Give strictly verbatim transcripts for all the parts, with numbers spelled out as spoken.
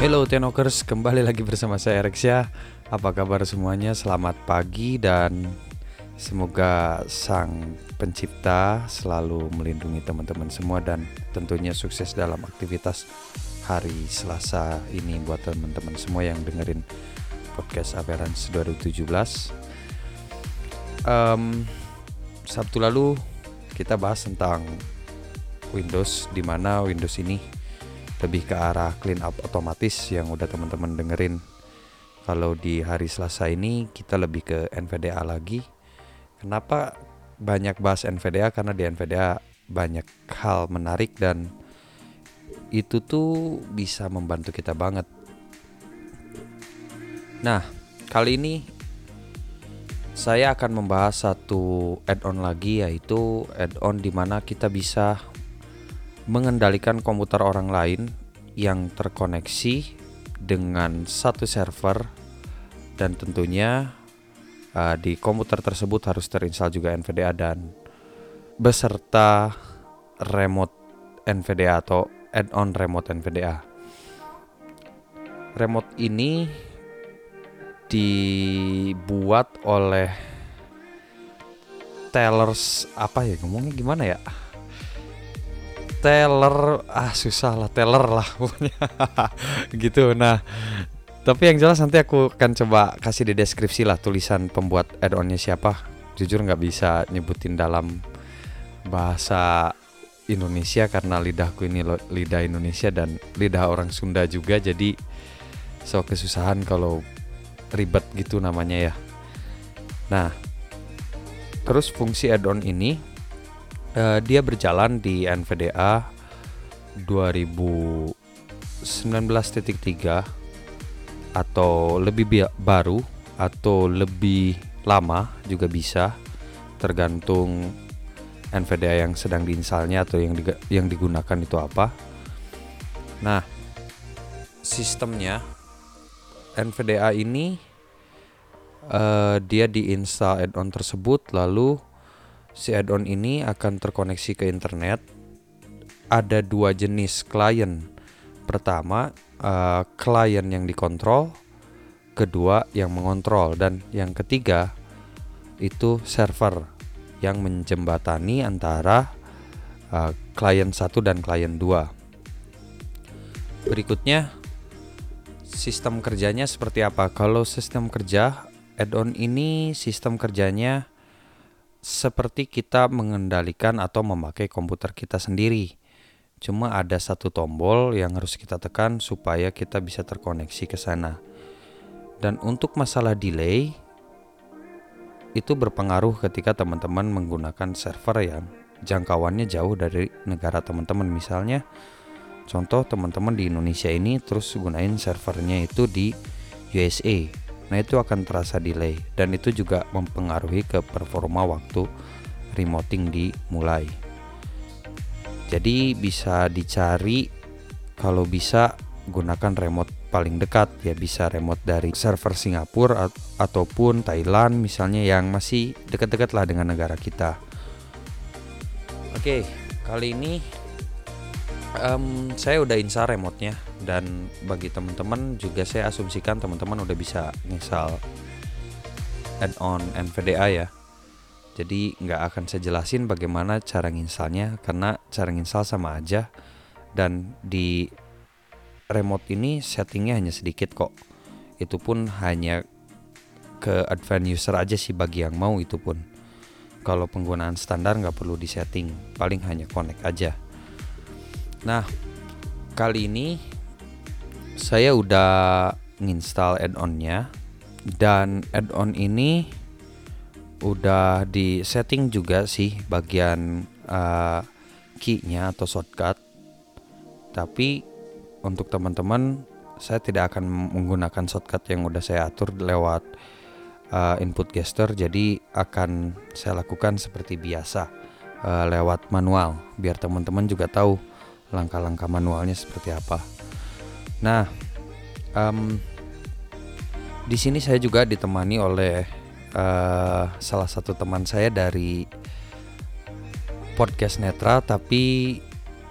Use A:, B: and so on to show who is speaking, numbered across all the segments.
A: Hello Tenokers, kembali lagi bersama saya Rexya. Apa kabar semuanya? Selamat pagi dan semoga Sang Pencipta selalu melindungi teman-teman semua dan tentunya sukses dalam aktivitas hari Selasa ini buat teman-teman semua yang dengerin podcast Averance dua ribu tujuh belas. Um, Sabtu lalu kita bahas tentang Windows, di mana Windows ini lebih ke arah clean up otomatis yang udah teman-teman dengerin. Kalau di hari Selasa ini kita lebih ke N V D A lagi. Kenapa banyak bahas N V D A? Karena di N V D A banyak hal menarik dan itu tuh bisa membantu kita banget. Nah, kali ini saya akan membahas satu add-on lagi, yaitu add-on di mana kita bisa mengendalikan komputer orang lain yang terkoneksi dengan satu server, dan tentunya uh, di komputer tersebut harus terinstall juga N V D A dan beserta remote N V D A atau add-on remote N V D A. Remote ini dibuat oleh Tellers, apa ya ngomongnya gimana ya? Teller, ah susah lah, teller lah pokoknya gitu. Nah, tapi yang jelas nanti aku akan coba kasih di deskripsi lah tulisan pembuat add-onnya siapa. Jujur nggak bisa nyebutin dalam bahasa Indonesia karena lidahku ini lidah Indonesia dan lidah orang Sunda juga, jadi so kesusahan kalau ribet gitu namanya ya. Nah, terus fungsi add-on ini Uh, dia berjalan di N V D A dua ribu sembilan belas titik tiga atau lebih bi- baru atau lebih lama juga bisa, tergantung N V D A yang sedang diinstalnya atau yang diga- yang digunakan itu apa. Nah, sistemnya N V D A ini uh, dia diinstal add-on tersebut, lalu si add-on ini akan terkoneksi ke internet. Ada dua jenis klien. Pertama, uh, klien yang dikontrol, kedua yang mengontrol, dan yang ketiga itu server yang menjembatani antara uh, klien satu dan klien dua. Berikutnya, sistem kerjanya seperti apa? Kalau sistem kerja add-on ini, sistem kerjanya seperti kita mengendalikan atau memakai komputer kita sendiri. Cuma ada satu tombol yang harus kita tekan supaya kita bisa terkoneksi ke sana. Dan untuk masalah delay, itu berpengaruh ketika teman-teman menggunakan server yang jangkauannya jauh dari negara teman-teman. Misalnya, contoh teman-teman di Indonesia ini terus gunain servernya itu di U S A. Nah, itu akan terasa delay dan itu juga mempengaruhi ke performa waktu remoting dimulai. Jadi bisa dicari, kalau bisa gunakan remote paling dekat ya, bisa remote dari server Singapura at- ataupun Thailand misalnya, yang masih dekat-dekat lah dengan negara kita. Oke, kali ini Um, saya udah install remote-nya, dan bagi teman-teman juga saya asumsikan teman-teman udah bisa install add-on N V D A ya. Jadi nggak akan saya jelasin bagaimana cara nginstallnya karena cara nginstall sama aja, dan di remote ini settingnya hanya sedikit kok. Itu pun hanya ke advanced user aja sih bagi yang mau, itu pun. Kalau penggunaan standar nggak perlu disetting, paling hanya connect aja. Nah, kali ini saya udah nginstal add-onnya, dan add-on ini udah di setting juga sih bagian uh, key-nya atau shortcut. Tapi untuk teman-teman, saya tidak akan menggunakan shortcut yang udah saya atur lewat uh, input gesture, jadi akan saya lakukan seperti biasa uh, lewat manual, biar teman-teman juga tahu langkah-langkah manualnya seperti apa. Nah, um, di sini saya juga ditemani oleh uh, salah satu teman saya dari podcast Netra, tapi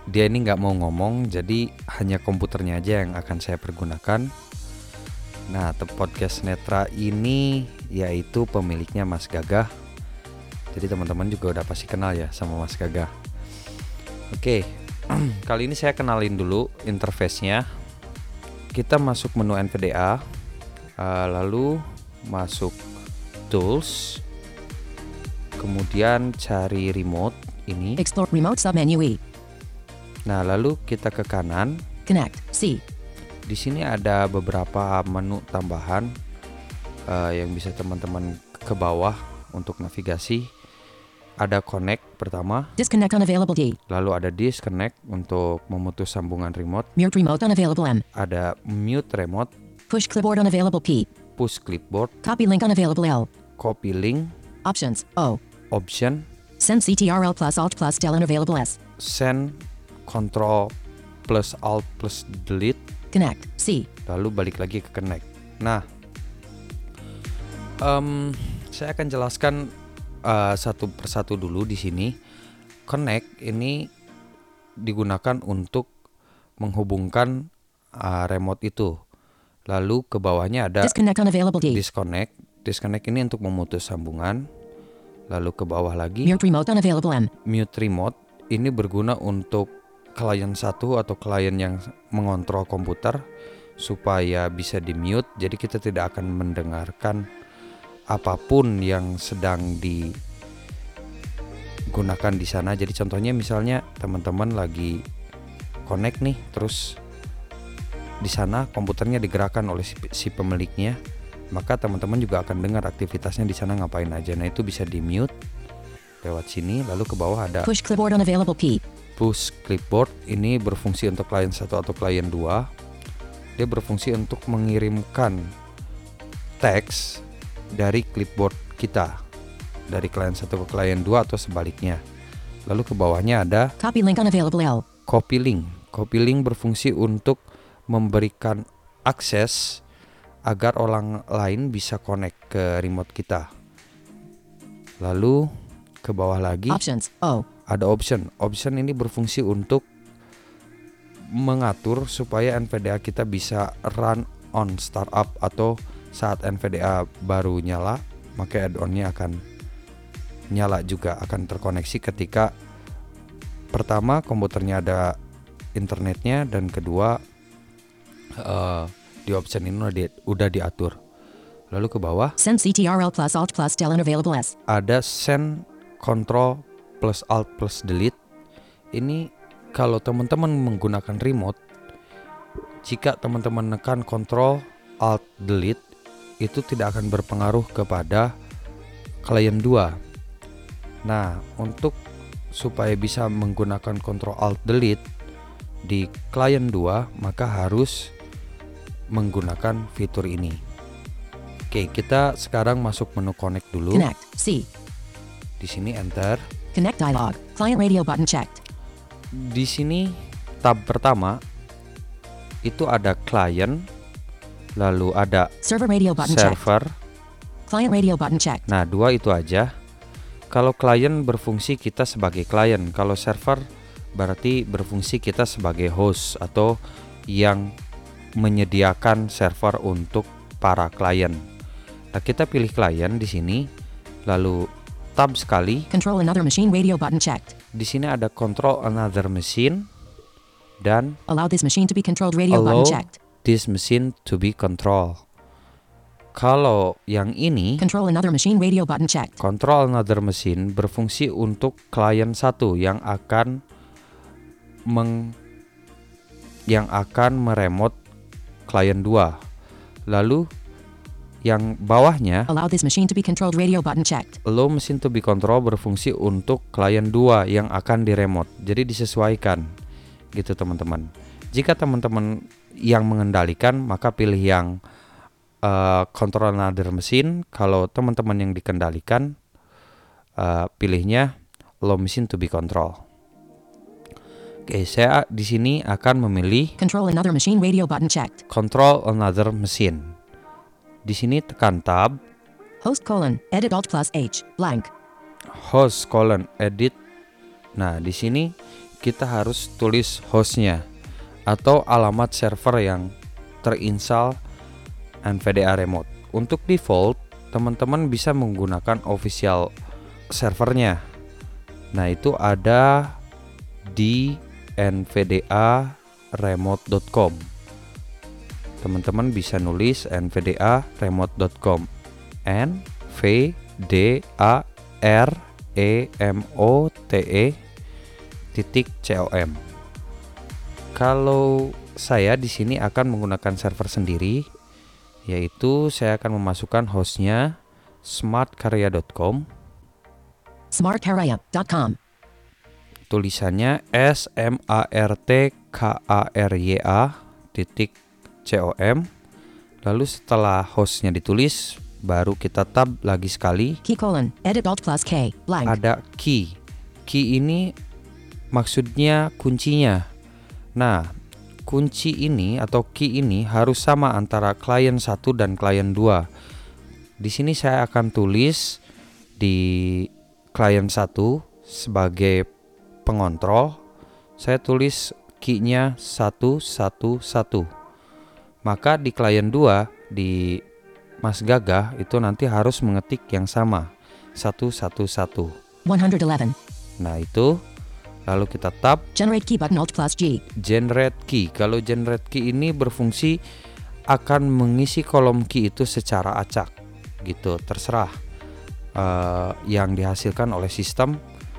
A: dia ini nggak mau ngomong, jadi hanya komputernya aja yang akan saya pergunakan. Nah, podcast Netra ini yaitu pemiliknya Mas Gagah. Jadi teman-teman juga udah pasti kenal ya sama Mas Gagah. Oke, kali ini saya kenalin dulu interface-nya. Kita masuk menu N V D A, uh, lalu masuk Tools, kemudian cari Remote ini.
B: Explore Remote submenu E.
A: Nah, lalu kita ke kanan.
B: Connect C.
A: Di sini ada beberapa menu tambahan uh, yang bisa teman-teman ke bawah untuk navigasi. Ada Connect pertama.
B: Disconnect unavailable D.
A: Lalu ada Disconnect untuk memutus sambungan remote.
B: Mute remote unavailable M.
A: Ada Mute Remote.
B: Push clipboard unavailable P.
A: Push Clipboard.
B: Copy link unavailable L.
A: Copy Link.
B: Options O.
A: Option.
B: Send C T R L plus Alt plus Del unavailable S.
A: Send Control plus Alt plus Delete.
B: Connect C.
A: Lalu balik lagi ke Connect. Nah, um, saya akan jelaskan uh, satu persatu dulu di sini. Connect ini digunakan untuk menghubungkan uh, remote itu. Lalu ke bawahnya ada
B: Disconnect unavailable D.
A: Disconnect. Disconnect ini untuk memutus sambungan. Lalu ke bawah lagi
B: Mute remote unavailable M.
A: Mute Remote. Ini berguna untuk klien satu atau klien yang mengontrol komputer supaya bisa di mute. Jadi kita tidak akan mendengarkan apapun yang sedang digunakan di sana. Jadi contohnya misalnya teman-teman lagi connect nih, terus di sana komputernya digerakkan oleh si, si pemiliknya, maka teman-teman juga akan dengar aktivitasnya di sana ngapain aja. Nah, itu bisa di mute lewat sini. Lalu ke bawah ada
B: Push clipboard unavailable P.
A: Push Clipboard. Ini berfungsi untuk klien satu atau klien dua. Dia berfungsi untuk mengirimkan teks dari clipboard kita, dari klien satu ke klien dua atau sebaliknya. Lalu ke bawahnya ada
B: Copy link unavailable L.
A: Copy Link. Copy Link berfungsi untuk memberikan akses agar orang lain bisa connect ke remote kita. Lalu ke bawah lagi
B: Options O.
A: ada option. Option ini berfungsi untuk mengatur supaya N V D A kita bisa run on startup, atau saat N V D A baru nyala, maka add-onnya akan nyala juga, akan terkoneksi ketika pertama komputernya ada internetnya, dan kedua uh, di option ini udah, di, udah diatur. Lalu ke bawah
B: Send C T R L plus Alt plus Del unavailable S.
A: ada Send Control plus Alt plus Delete. Ini kalau teman-teman menggunakan remote, jika teman-teman menekan Control Alt Delete, itu tidak akan berpengaruh kepada klien dua. Nah, untuk supaya bisa menggunakan Control Alt Delete di klien dua, maka harus menggunakan fitur ini. Oke, kita sekarang masuk menu Connect dulu.
B: Connect C.
A: Di sini enter.
B: Connect dialog. Client radio button checked.
A: Di sini tab pertama itu ada client, lalu ada
B: Server radio button checked.
A: server.
B: Client radio button checked.
A: Nah, dua itu aja. Kalau client berfungsi kita sebagai client, kalau server berarti berfungsi kita sebagai host atau yang menyediakan server untuk para klien. Nah, kita pilih client di sini, lalu tab sekali.
B: Control another machine radio button checked.
A: Di sini ada control another machine dan
B: Allow this machine to be controlled radio
A: allow
B: button checked.
A: this machine to be controlled. Kalau yang ini
B: Control another machine radio button checked.
A: control another machine berfungsi untuk klien satu yang akan meng yang akan meremote klien dua. Lalu yang bawahnya
B: Allow this machine to be controlled radio button checked.
A: allow machine to be controlled berfungsi untuk klien dua yang akan diremote. Jadi disesuaikan gitu teman-teman. Jika teman-teman yang mengendalikan, maka pilih yang uh, control another machine. Kalau teman-teman yang dikendalikan, uh, pilihnya allow machine to be controlled. Oke, saya di sini akan memilih
B: Control another machine radio button checked.
A: control another machine. Di sini tekan tab,
B: Host colon edit alt plus H blank.
A: host colon edit. Nah, di sini kita harus tulis hostnya atau alamat server yang terinstall N V D A Remote. Untuk default, teman-teman bisa menggunakan official servernya. Nah, itu ada di N V D A remote dot com. Teman-teman bisa nulis N V D A remote dot com. N V D A R E M O T E titik com. Kalau saya di sini akan menggunakan server sendiri, yaitu saya akan memasukkan hostnya smartkarya dot com.
B: smartkarya dot com.
A: Tulisannya S M A R T K A R Y A titik com. Lalu setelah hostnya ditulis, baru kita tab lagi sekali.
B: Key colon, edit alt plus K, blank.
A: Ada key. Key ini maksudnya kuncinya. Nah, kunci ini atau key ini harus sama antara klien satu dan klien dua. Di sini saya akan tulis di klien satu sebagai pengontrol. Saya tulis key-nya satu satu satu. Maka di klien dua, di Mas Gagah itu nanti harus mengetik yang sama, satu satu satu.
B: one eleven.
A: Nah, itu lalu kita tab
B: Generate key button alt plus G.
A: generate key. Kalau generate key ini berfungsi akan mengisi kolom key itu secara acak gitu, terserah uh, yang dihasilkan oleh sistem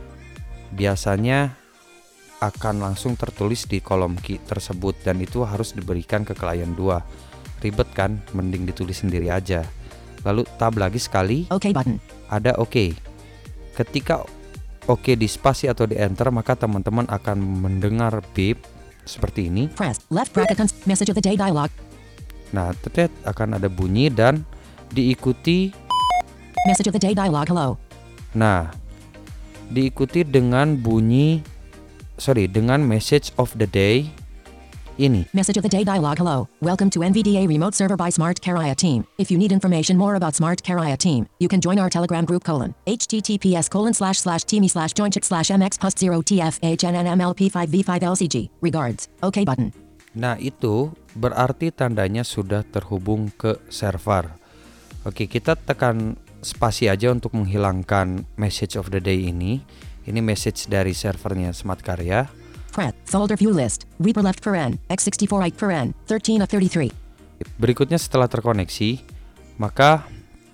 A: biasanya akan langsung tertulis di kolom key tersebut, dan itu harus diberikan ke klien dua. Ribet kan, mending ditulis sendiri aja. Lalu tab lagi sekali,
B: OK button.
A: ada OK. Ketika OK di spasi atau di enter, maka teman-teman akan mendengar beep seperti ini.
B: Press left bracket cons- message of the day dialog.
A: Nah, tetet akan ada bunyi dan diikuti.
B: Message of the day dialog hello.
A: Nah, diikuti dengan bunyi sorry dengan message of the day ini.
B: Message of the day dialog hello. Welcome to N V D A remote server by Smart Karya team. If you need information more about Smart Karya team, you can join our Telegram group colon https colon slash slash tme slash joinchit slash mx post zero tfhnmmlp five v five lcg. Regards. OK button.
A: Nah, itu berarti tandanya sudah terhubung ke server. Oke, kita tekan spasi aja untuk menghilangkan message of the day ini. Ini message dari servernya Smart Karya.
B: Pret, folder view list, Reaper left paren, x sixty-four right paren, thirteen of thirty-three.
A: Berikutnya setelah terkoneksi, maka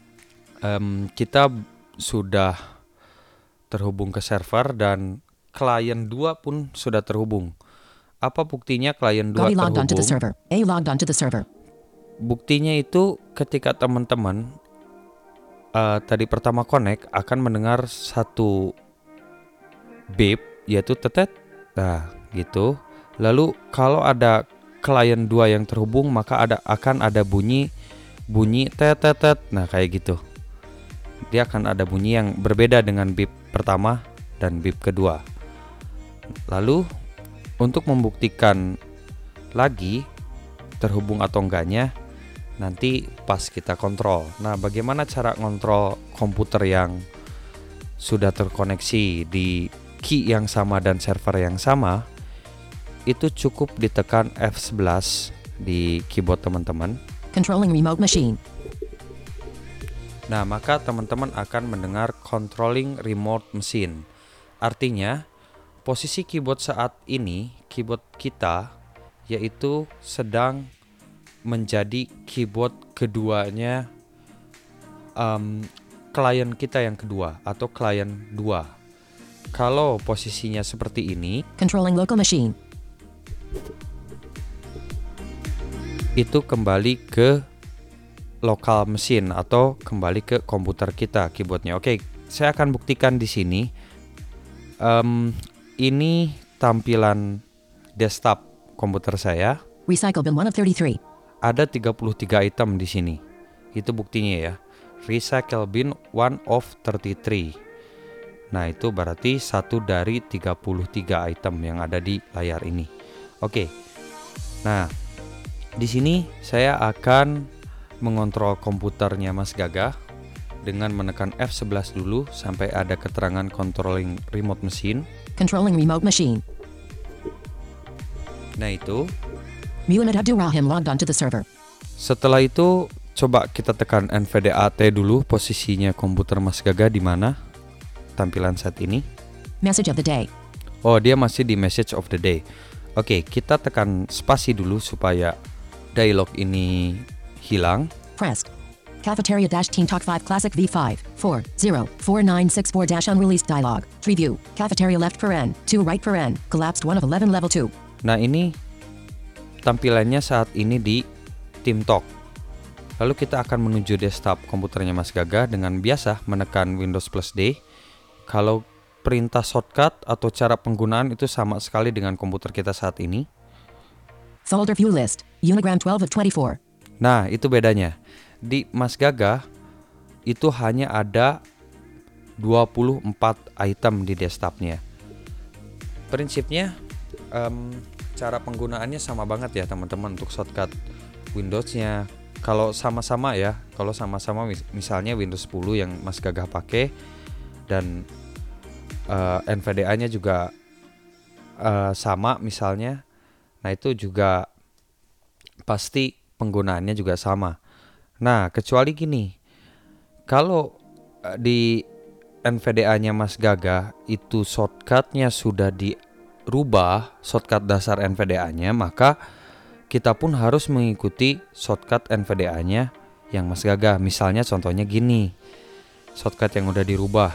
A: um, kita sudah terhubung ke server dan klien dua pun sudah terhubung. Apa buktinya klien dua
B: Gabi logged onto the
A: terhubung?
B: server. A logged onto the server.
A: Buktinya itu ketika teman-teman uh, tadi pertama connect akan mendengar satu beep, yaitu tetet. Nah, gitu. Lalu kalau ada klien dua yang terhubung, maka ada akan ada bunyi bunyi tetetet. Nah, kayak gitu. Dia akan ada bunyi yang berbeda dengan beep pertama dan beep kedua. Lalu untuk membuktikan lagi terhubung atau enggaknya, nanti pas kita kontrol. Nah, bagaimana cara kontrol komputer yang sudah terkoneksi di key yang sama dan server yang sama? Itu cukup ditekan F eleven di keyboard teman-teman.
B: Controlling remote machine.
A: Nah, maka teman-teman akan mendengar controlling remote machine. Artinya, posisi keyboard saat ini, keyboard kita yaitu sedang menjadi keyboard keduanya um, klien kita yang kedua atau klien dua. Kalau posisinya seperti ini,
B: Controlling local machine.
A: itu kembali ke local machine atau kembali ke komputer kita keyboardnya. Oke, saya akan buktikan di sini. Um, ini tampilan desktop komputer saya.
B: Recycle bin one of thirty-three.
A: Ada tiga puluh tiga item di sini. Itu buktinya ya. Recycle bin one of thirty-three. Nah, itu berarti satu dari tiga puluh tiga item yang ada di layar ini. Oke. Nah, di sini saya akan mengontrol komputernya Mas Gagah dengan menekan F eleven dulu sampai ada keterangan controlling remote machine.
B: Controlling remote machine.
A: Nah itu.
B: Muhammad Abdurrahim logged onto the server.
A: Setelah itu coba kita tekan N V D A T dulu, posisinya komputer Mas Gaga di mana? Tampilan saat ini.
B: Message of the day.
A: Oh, dia masih di message of the day. Oke, kita tekan spasi dulu supaya dialog ini hilang.
B: Pressed. Cafeteria dash Teen Talk five Classic V five four zero four nine six four dash unreleased dialog. Tree view. Cafeteria left paren. two right paren. Collapsed one of eleven level two.
A: Nah ini tampilannya saat ini di Team Talk. Lalu kita akan menuju desktop komputernya Mas Gaga dengan biasa menekan Windows plus D. Kalau perintah shortcut atau cara penggunaan itu sama sekali dengan komputer kita saat ini.
B: Folder view list. Unigram twelve of twenty-four.
A: Nah itu bedanya. Di Mas Gaga itu hanya ada dua puluh empat item di desktopnya. Prinsipnya um, cara penggunaannya sama banget ya teman-teman untuk shortcut Windows-nya. Kalau sama-sama ya, kalau sama-sama mis- misalnya Windows sepuluh yang Mas Gaga pakai dan uh, N V D A-nya juga uh, sama misalnya. Nah itu juga pasti penggunaannya juga sama. Nah, kecuali gini, kalau di N V D A-nya Mas Gaga itu shortcut-nya sudah dirubah, shortcut dasar N V D A-nya, maka kita pun harus mengikuti shortcut N V D A-nya yang Mas Gaga. Misalnya contohnya gini, shortcut yang udah dirubah.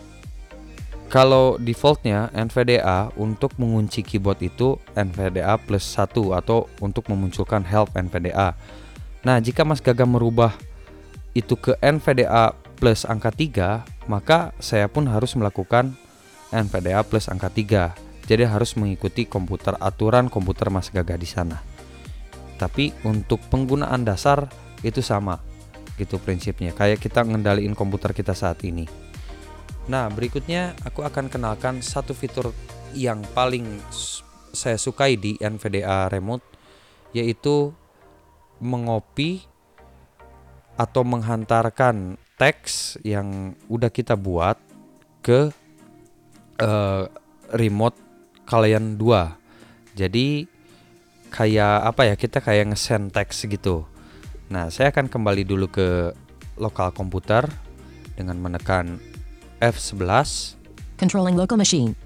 A: Kalau defaultnya N V D A untuk mengunci keyboard itu N V D A plus satu atau untuk memunculkan help N V D A. Nah, jika Mas Gaga merubah itu ke N V D A plus angka tiga, maka saya pun harus melakukan N V D A plus angka tiga. Jadi harus mengikuti komputer aturan komputer Mas Gaga di sana. Tapi untuk penggunaan dasar itu sama, gitu prinsipnya. Kayak kita ngendaliin komputer kita saat ini. Nah, berikutnya aku akan kenalkan satu fitur yang paling saya sukai di N V D A Remote, yaitu mengopi atau menghantarkan teks yang udah kita buat ke uh, remote kalian dua. Jadi kayak apa ya, kita kayak nge-send teks gitu. Nah, saya akan kembali dulu ke lokal komputer dengan menekan F eleven.
B: Controlling local machine.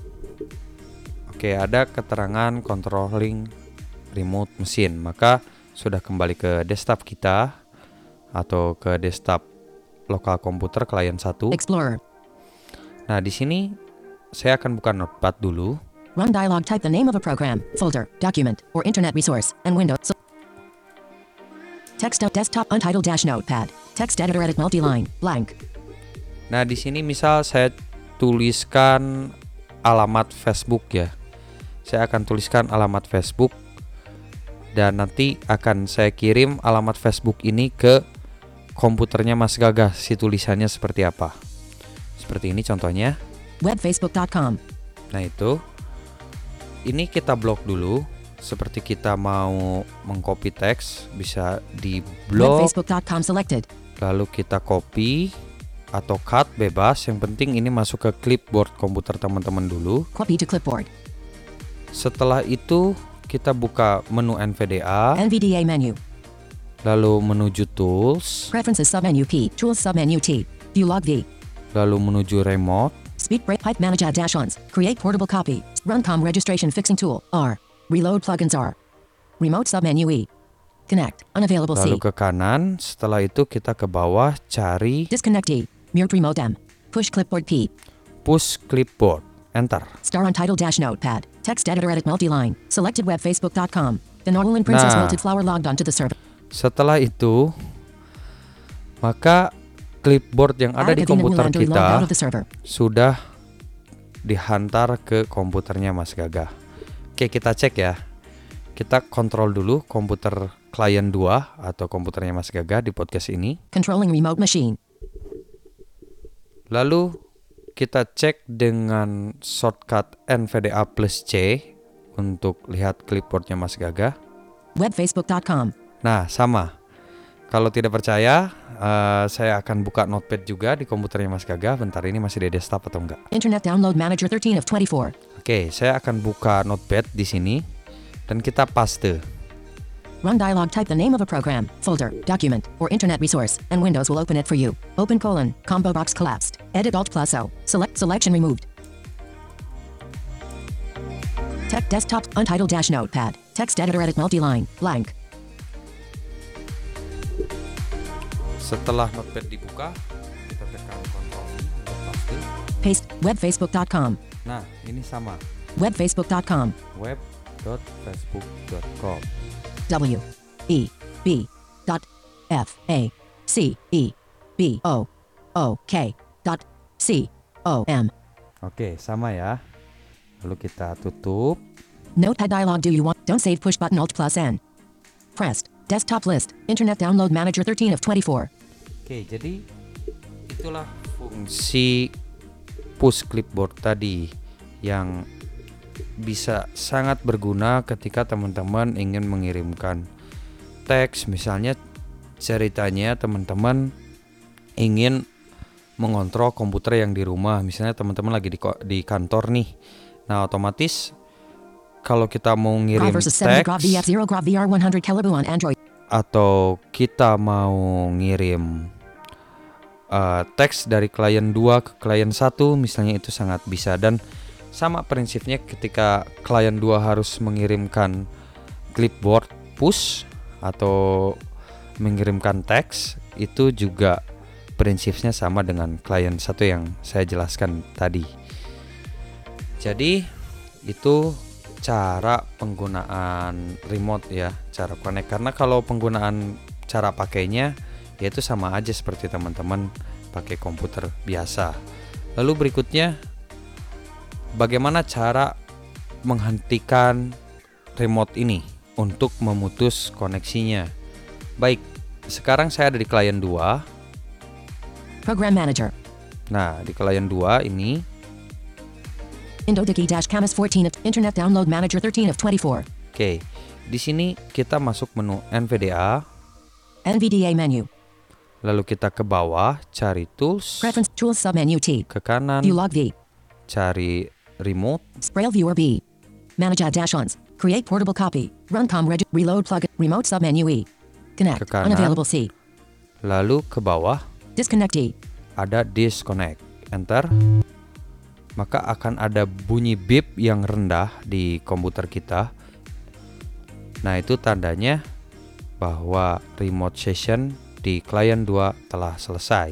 A: Oke, ada keterangan controlling remote machine. Maka sudah kembali ke desktop kita atau ke desktop lokal komputer klien satu.
B: Explorer.
A: Nah, di sini saya akan buka Notepad dulu.
B: Run dialog. Type the name of a program, folder, document, or internet resource, and window. So text out desktop untitled dash notepad. Text editor edit multi-line blank.
A: Nah, di sini misal saya tuliskan alamat Facebook ya. Saya akan tuliskan alamat Facebook dan nanti akan saya kirim alamat Facebook ini ke komputernya Mas Gaga. Si tulisannya seperti apa? Seperti ini contohnya.
B: webfacebook dot com.
A: Nah, itu. Ini kita blok dulu. Seperti kita mau mengcopy teks, bisa di blok.
B: webfacebook dot com selected.
A: Lalu kita copy atau cut bebas. Yang penting ini masuk ke clipboard komputer teman-teman dulu.
B: Copy to clipboard.
A: Setelah itu kita buka menu N V D A.
B: N V D A menu.
A: Lalu menuju tools.
B: Preferences submenu P. Tools submenu T. View log V.
A: Lalu menuju remote.
B: Speed break pipe manage add dash ons. Create portable copy. Runcom registration fixing tool R. Reload plugins R. Remote submenu E. Connect. Unavailable C.
A: Lalu ke kanan. Setelah itu kita ke bawah cari
B: Disconnect E. Mute remote M. Push clipboard P.
A: push clipboard. Enter.
B: Star untitled dash notepad. Text editor edit multi-line. Selected webfacebook dot com. The Norland Princess
A: Nah.
B: Melted Flower logged onto the server.
A: Setelah itu, maka clipboard yang ada di
B: Add Kevin
A: komputer
B: Mulandri logged out of
A: kita
B: the server.
A: sudah dihantar ke komputernya Mas Gaga. Oke, kita cek ya. Kita kontrol dulu komputer klien dua atau komputernya Mas Gaga di podcast ini.
B: Controlling remote machine.
A: Lalu kita cek dengan shortcut N V D A plus C untuk lihat clipboardnya Mas Gaga.
B: webfacebook dot com.
A: Nah, sama. Kalau tidak percaya, uh, saya akan buka Notepad juga di komputernya Mas Gaga. Bentar, ini masih di desktop atau enggak?
B: Internet download manager thirteen of twenty-four.
A: Oke, saya akan buka Notepad di sini. dan kita paste.
B: Run dialog, type the name of a program, folder, document, or internet resource, and Windows will open it for you. Open colon, combo box collapsed. Edit Alt plus O. Select selection removed. Tech desktop, untitled dash notepad. Text editor edit multi-line, blank.
A: Setelah notepad dibuka, kita tekan Ctrl V untuk paste.
B: Paste, webfacebook dot com.
A: Nah, ini sama,
B: webfacebook dot com.
A: web dot facebook dot com.
B: W E B dot F A C E B O O K dot C O M.
A: Oke, sama ya. Lalu kita tutup.
B: Notepad dialog. Do you want? Don't save. Push button. Alt plus N. Pressed. Desktop list. Internet download manager thirteen of twenty-four.
A: Oke, jadi itulah fungsi push clipboard tadi yang bisa sangat berguna ketika teman-teman ingin mengirimkan teks. Misalnya ceritanya teman-teman ingin mengontrol komputer yang di rumah, misalnya teman-teman lagi di, di kantor nih. Nah, otomatis kalau kita mau ngirim teks atau kita mau ngirim uh, teks dari klien dua ke klien satu misalnya, itu sangat bisa. Dan sama prinsipnya ketika klien dua harus mengirimkan clipboard push atau mengirimkan teks, itu juga prinsipnya sama dengan klien satu yang saya jelaskan tadi. Jadi itu cara penggunaan remote ya, cara connect. Karena kalau penggunaan cara pakainya ya itu sama aja seperti teman-teman pakai komputer biasa. Lalu berikutnya, bagaimana cara menghentikan remote ini untuk memutus koneksinya? Baik, sekarang saya ada di klien dua.
B: Program Manager.
A: Nah, di klien dua ini
B: Indodiki-Camas fourteen of Internet Download Manager thirteen of twenty-four.
A: Oke, di sini kita masuk menu N V D A.
B: N V D A menu.
A: Lalu kita ke bawah, cari Tools.
B: Preference Tools submenu T.
A: Ke kanan,
B: View log V.
A: cari Remote.
B: Braille Viewer B. Manage Dash-ons. Create portable copy. Runcom reg. Reload plug. Remote submenu E. Connect.
A: Ke kanan.
B: Unavailable C.
A: Lalu ke bawah,
B: Disconnect D.
A: ada Disconnect. Enter. Maka akan ada bunyi beep yang rendah di komputer kita. Nah, itu tandanya bahwa remote session di klien dua telah selesai.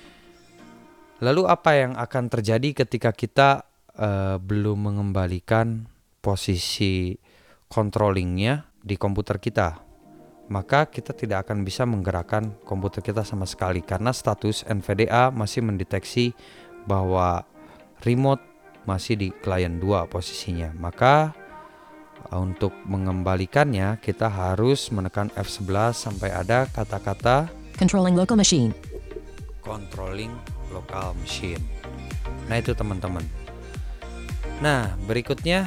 A: Lalu apa yang akan terjadi ketika kita uh, belum mengembalikan posisi controllingnya di komputer kita? Maka kita tidak akan bisa menggerakkan komputer kita sama sekali, karena status N V D A masih mendeteksi bahwa remote masih di klien dua posisinya. Maka untuk mengembalikannya kita harus menekan F sebelas sampai ada kata-kata
B: Controlling local machine.
A: Controlling local machine. Nah, itu teman-teman. Nah, berikutnya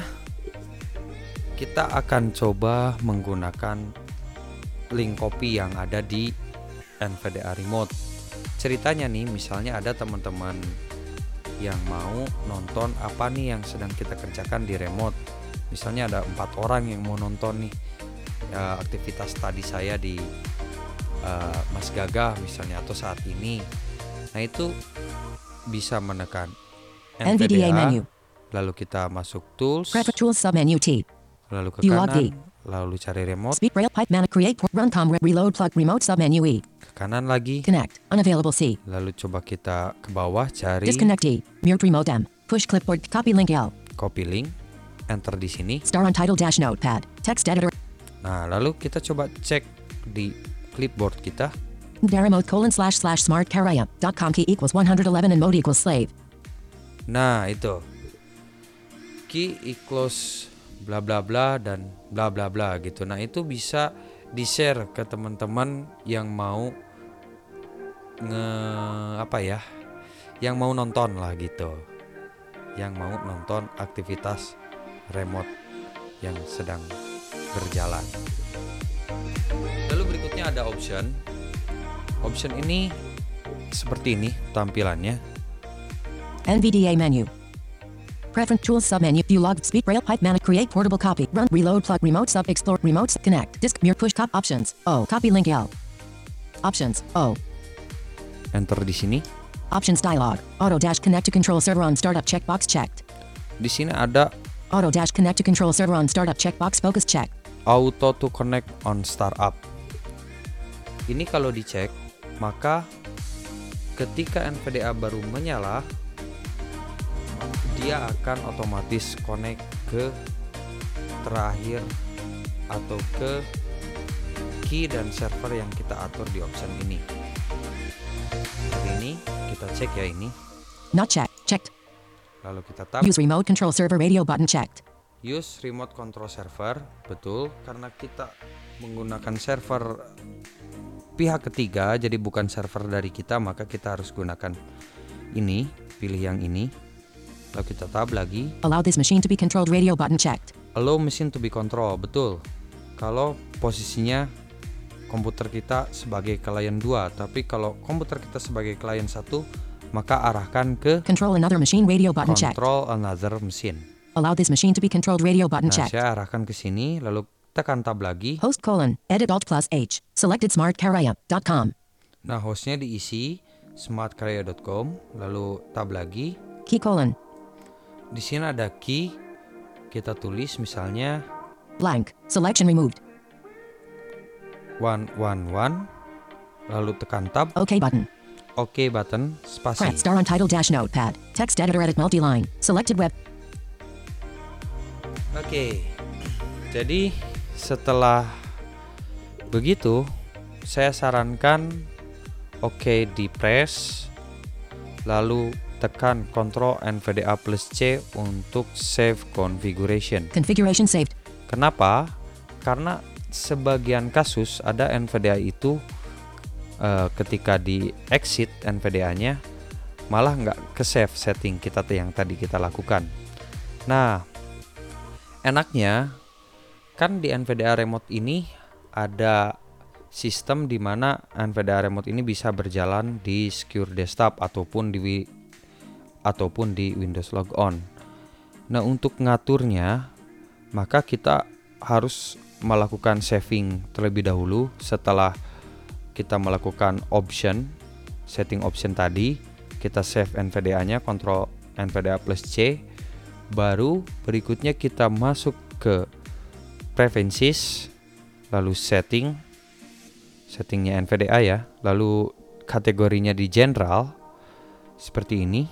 A: kita akan coba menggunakan link copy yang ada di N V D A remote. Ceritanya nih, misalnya ada teman-teman yang mau nonton apa nih yang sedang kita kerjakan di remote. Misalnya ada empat orang yang mau nonton nih ya, aktivitas tadi saya di uh, Mas Gagah misalnya, atau saat ini. Nah, itu bisa menekan N V D A,
B: N V D A menu.
A: lalu kita masuk Tools,
B: Preference Tools submenu T.
A: lalu ke
B: View log
A: kanan,
B: V.
A: lalu cari remote,
B: Speak Braille pipe mana create port runcom re- reload plug remote submenu E.
A: ke kanan lagi,
B: Connect. Unavailable C.
A: lalu coba kita ke bawah cari
B: Disconnect D. Mute remote M. Push clipboard copy link L.
A: copy link, enter di sini.
B: Star untitled dash notepad. Text editor.
A: Nah, lalu kita coba cek di clipboard kita.
B: Remote colon slash slash smart caraya dot com key equals one hundred eleven and mode equals slave.
A: Nah, itu key equals bla bla bla dan bla bla bla gitu. Nah, itu bisa di-share ke teman-teman yang mau nge apa ya? Yang mau nonton lah gitu. Yang mau nonton aktivitas remote yang sedang berjalan. Lalu berikutnya ada option. Option ini seperti ini tampilannya.
B: N V D A menu. Preference tools submenu. View log. Speak braille pipe manage. Create portable copy. Run. Reload plug. Remote sub. Explore. Remote sub, connect. Disk. Mirror push cop. Options. O. Copy link L. Options. O.
A: Enter di sini.
B: Options dialog. Auto dash connect to control server on startup checkbox checked.
A: Di sini ada
B: Auto dash connect to control server on startup checkbox focus checked.
A: auto to connect on startup. Ini kalau dicek, maka ketika N V D A baru menyala, dia akan otomatis connect ke terakhir atau ke key dan server yang kita atur di option ini. Ini kita cek ya ini.
B: Not checked. Checked.
A: Lalu kita tab.
B: Use remote control server radio button checked.
A: Use remote control server, betul, karena kita menggunakan server pihak ketiga, jadi bukan server dari kita, maka kita harus gunakan ini, pilih yang ini. Lalu kita tab lagi.
B: Allow this machine to be controlled radio button checked.
A: Allow machine to be controlled, betul. Kalau posisinya komputer kita sebagai klien dua, tapi kalau komputer kita sebagai klien satu, maka arahkan ke
B: Control another machine radio button checked.
A: control another machine.
B: Allow this machine to be controlled radio button
A: Nah,
B: checked.
A: saya arahkan ke sini, lalu tekan tab lagi.
B: Host colon. Edit alt plus H. Selected smartcaraya dot com.
A: Nah, hostnya diisi smartcaraya dot com, lalu tab lagi.
B: Key colon.
A: Di sini ada key, kita tulis misalnya
B: Blank. Selection removed.
A: one one one, lalu tekan tab,
B: OK button.
A: OK button, spasi.
B: Press star on title dash notepad. Text editor edit multi-line. Selected web.
A: Oke, jadi setelah begitu, saya sarankan OK di press, lalu tekan Ctrl N V D A plus C untuk save configuration.
B: Configuration saved.
A: Kenapa? Karena sebagian kasus ada N V D A itu uh, ketika di exit N V D A-nya malah nggak ke save setting kita yang tadi kita lakukan. Nah, enaknya kan di N V D A remote ini ada sistem di mana N V D A remote ini bisa berjalan di secure desktop ataupun di ataupun di Windows Logon. Nah, untuk ngaturnya maka kita harus melakukan saving terlebih dahulu. Setelah kita melakukan option setting option tadi, kita save N V D A-nya Ctrl N V D A plus C. Baru berikutnya kita masuk ke preferences, lalu setting settingnya N V D A ya, lalu kategorinya di general seperti ini.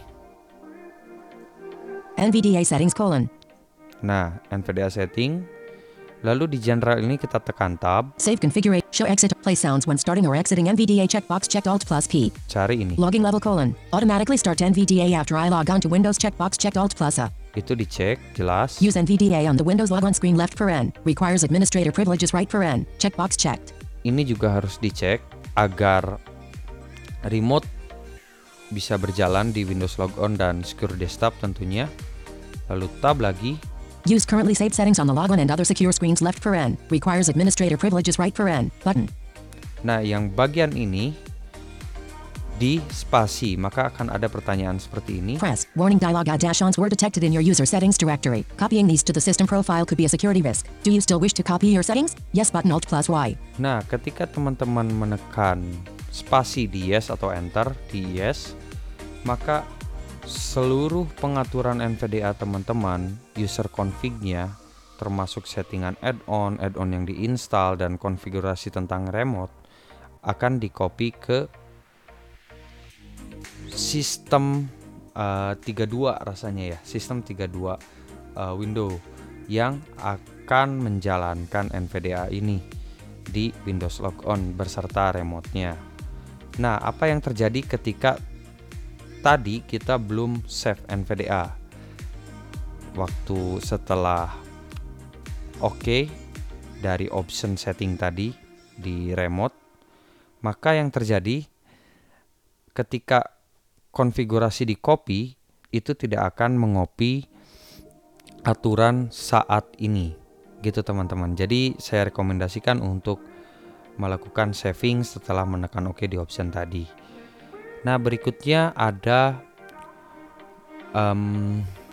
B: N V D A settings colon.
A: Nah, N V D A setting, lalu di general ini kita tekan tab,
B: Save configuration. Show exit. Play sounds when starting or exiting N V D A checkbox checked alt plus P.
A: cari ini.
B: Logging level colon. Automatically start N V D A after I log on to Windows checkbox checked alt plus A.
A: Itu dicek, jelas.
B: Use N V D A on the Windows logon screen left paren. Requires administrator privileges right paren. Checkbox checked.
A: Ini juga harus dicek agar remote bisa berjalan di Windows Logon dan Secure Desktop tentunya. Lalu tab lagi.
B: Use currently saved settings on the logon and other secure screens left paren. Requires administrator privileges right paren. Button.
A: Nah, yang bagian ini di spasi, maka akan ada pertanyaan seperti ini.
B: Press. Warning dialog dash-ons were detected in your user settings directory. Copying these to the system profile could be a security risk. Do you still wish to copy your settings? Yes button alt plus Y.
A: Nah, ketika teman-teman menekan spasi di yes atau enter di yes, maka seluruh pengaturan N V D A teman-teman, user config-nya, termasuk settingan add-on, add-on yang diinstal dan konfigurasi tentang remote akan di-copy ke sistem uh, tiga puluh dua rasanya ya, sistem tiga puluh dua uh, window yang akan menjalankan N V D A ini di Windows Logon beserta remote-nya. Nah, apa yang terjadi ketika tadi kita belum save N V D A? Waktu setelah OK dari option setting tadi di remote, maka yang terjadi ketika konfigurasi di copy itu tidak akan mengopi aturan saat ini gitu teman-teman. Jadi saya rekomendasikan untuk melakukan saving setelah menekan OK di option tadi. Nah, berikutnya ada um,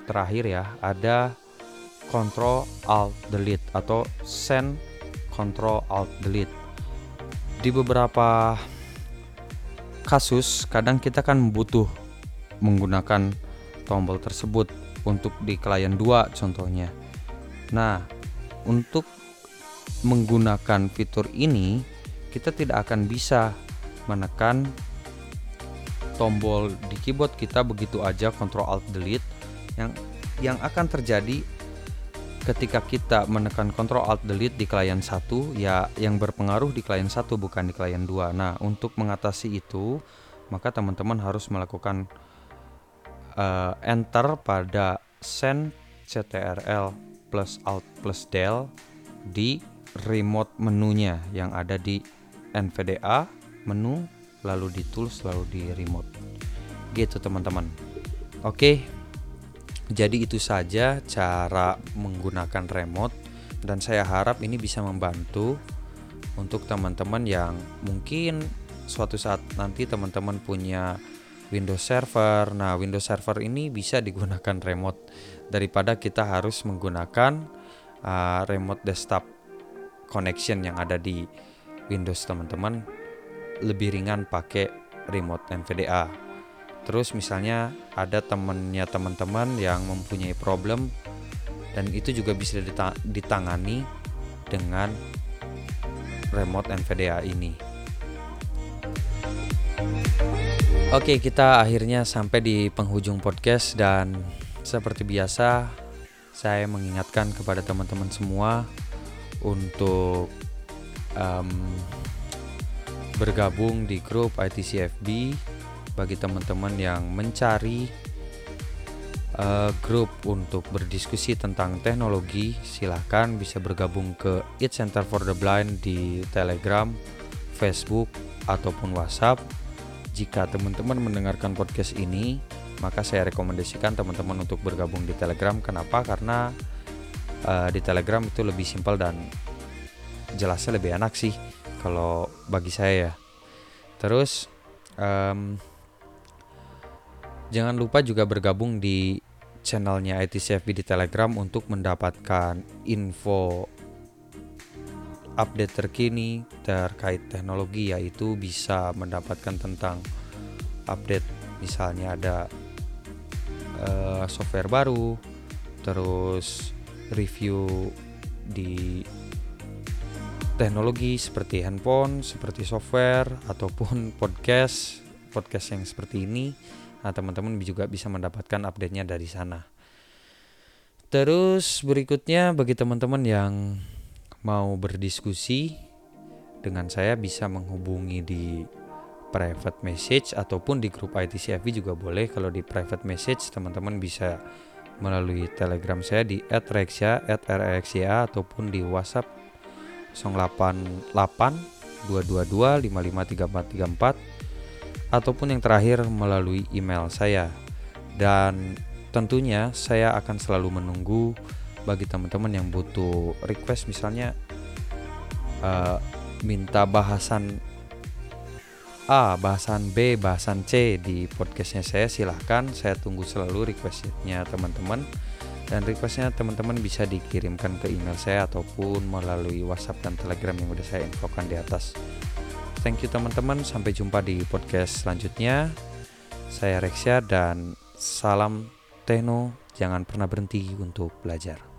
A: terakhir ya, ada Control Alt Delete atau Send Control Alt Delete. Di beberapa kasus kadang kita kan butuh menggunakan tombol tersebut untuk di klien dua contohnya. Nah, untuk menggunakan fitur ini kita tidak akan bisa menekan tombol di keyboard kita begitu aja Control Alt Delete. Yang yang akan terjadi ketika kita menekan Control Alt Delete di klien satu, ya yang berpengaruh di klien satu bukan di klien dua. Nah, untuk mengatasi itu, maka teman-teman harus melakukan uh, enter pada Send Ctrl plus Alt plus Del di remote menunya yang ada di N V D A menu, lalu di tools, lalu di remote. Gitu teman-teman. Oke. Jadi itu saja cara menggunakan remote, dan saya harap ini bisa membantu untuk teman-teman yang mungkin suatu saat nanti teman-teman punya Windows Server. Nah, Windows Server ini bisa digunakan remote daripada kita harus menggunakan uh, remote desktop connection yang ada di Windows teman-teman. Lebih ringan pakai remote N V D A. Terus misalnya ada temennya teman-teman yang mempunyai problem, dan itu juga bisa ditangani dengan remote N V D A ini. Oke, kita akhirnya sampai di penghujung podcast, dan seperti biasa saya mengingatkan kepada teman-teman semua untuk um, bergabung di grup I T C F B. Bagi teman-teman yang mencari uh, grup untuk berdiskusi tentang teknologi, silahkan bisa bergabung ke It Center for the Blind di Telegram, Facebook, ataupun WhatsApp. Jika teman-teman mendengarkan podcast ini, maka saya rekomendasikan teman-teman untuk bergabung di Telegram. Kenapa? Karena uh, di Telegram itu lebih simpel dan jelasnya lebih enak sih kalau bagi saya ya. Terus um, jangan lupa juga bergabung di channelnya I T C F B di Telegram untuk mendapatkan info update terkini terkait teknologi, yaitu bisa mendapatkan tentang update misalnya ada uh, software baru, terus review di teknologi seperti handphone, seperti software, ataupun podcast podcast yang seperti ini. Nah, teman-teman juga bisa mendapatkan update-nya dari sana. Terus berikutnya, bagi teman-teman yang mau berdiskusi dengan saya, bisa menghubungi di private message ataupun di grup I T C F B juga boleh. Kalau di private message, teman-teman bisa melalui Telegram saya di et rexya et rexya ataupun di WhatsApp nol delapan delapan dua dua dua lima lima tiga empat tiga empat, ataupun yang terakhir melalui email saya. Dan tentunya saya akan selalu menunggu bagi teman-teman yang butuh request, misalnya uh, minta bahasan A, bahasan B, bahasan C di podcastnya saya, silahkan. Saya tunggu selalu requestnya teman-teman, dan requestnya teman-teman bisa dikirimkan ke email saya ataupun melalui WhatsApp dan Telegram yang udah saya infokan di atas. Thank you teman-teman, sampai jumpa di podcast selanjutnya. Saya Rexya dan salam Tekno, jangan pernah berhenti untuk belajar.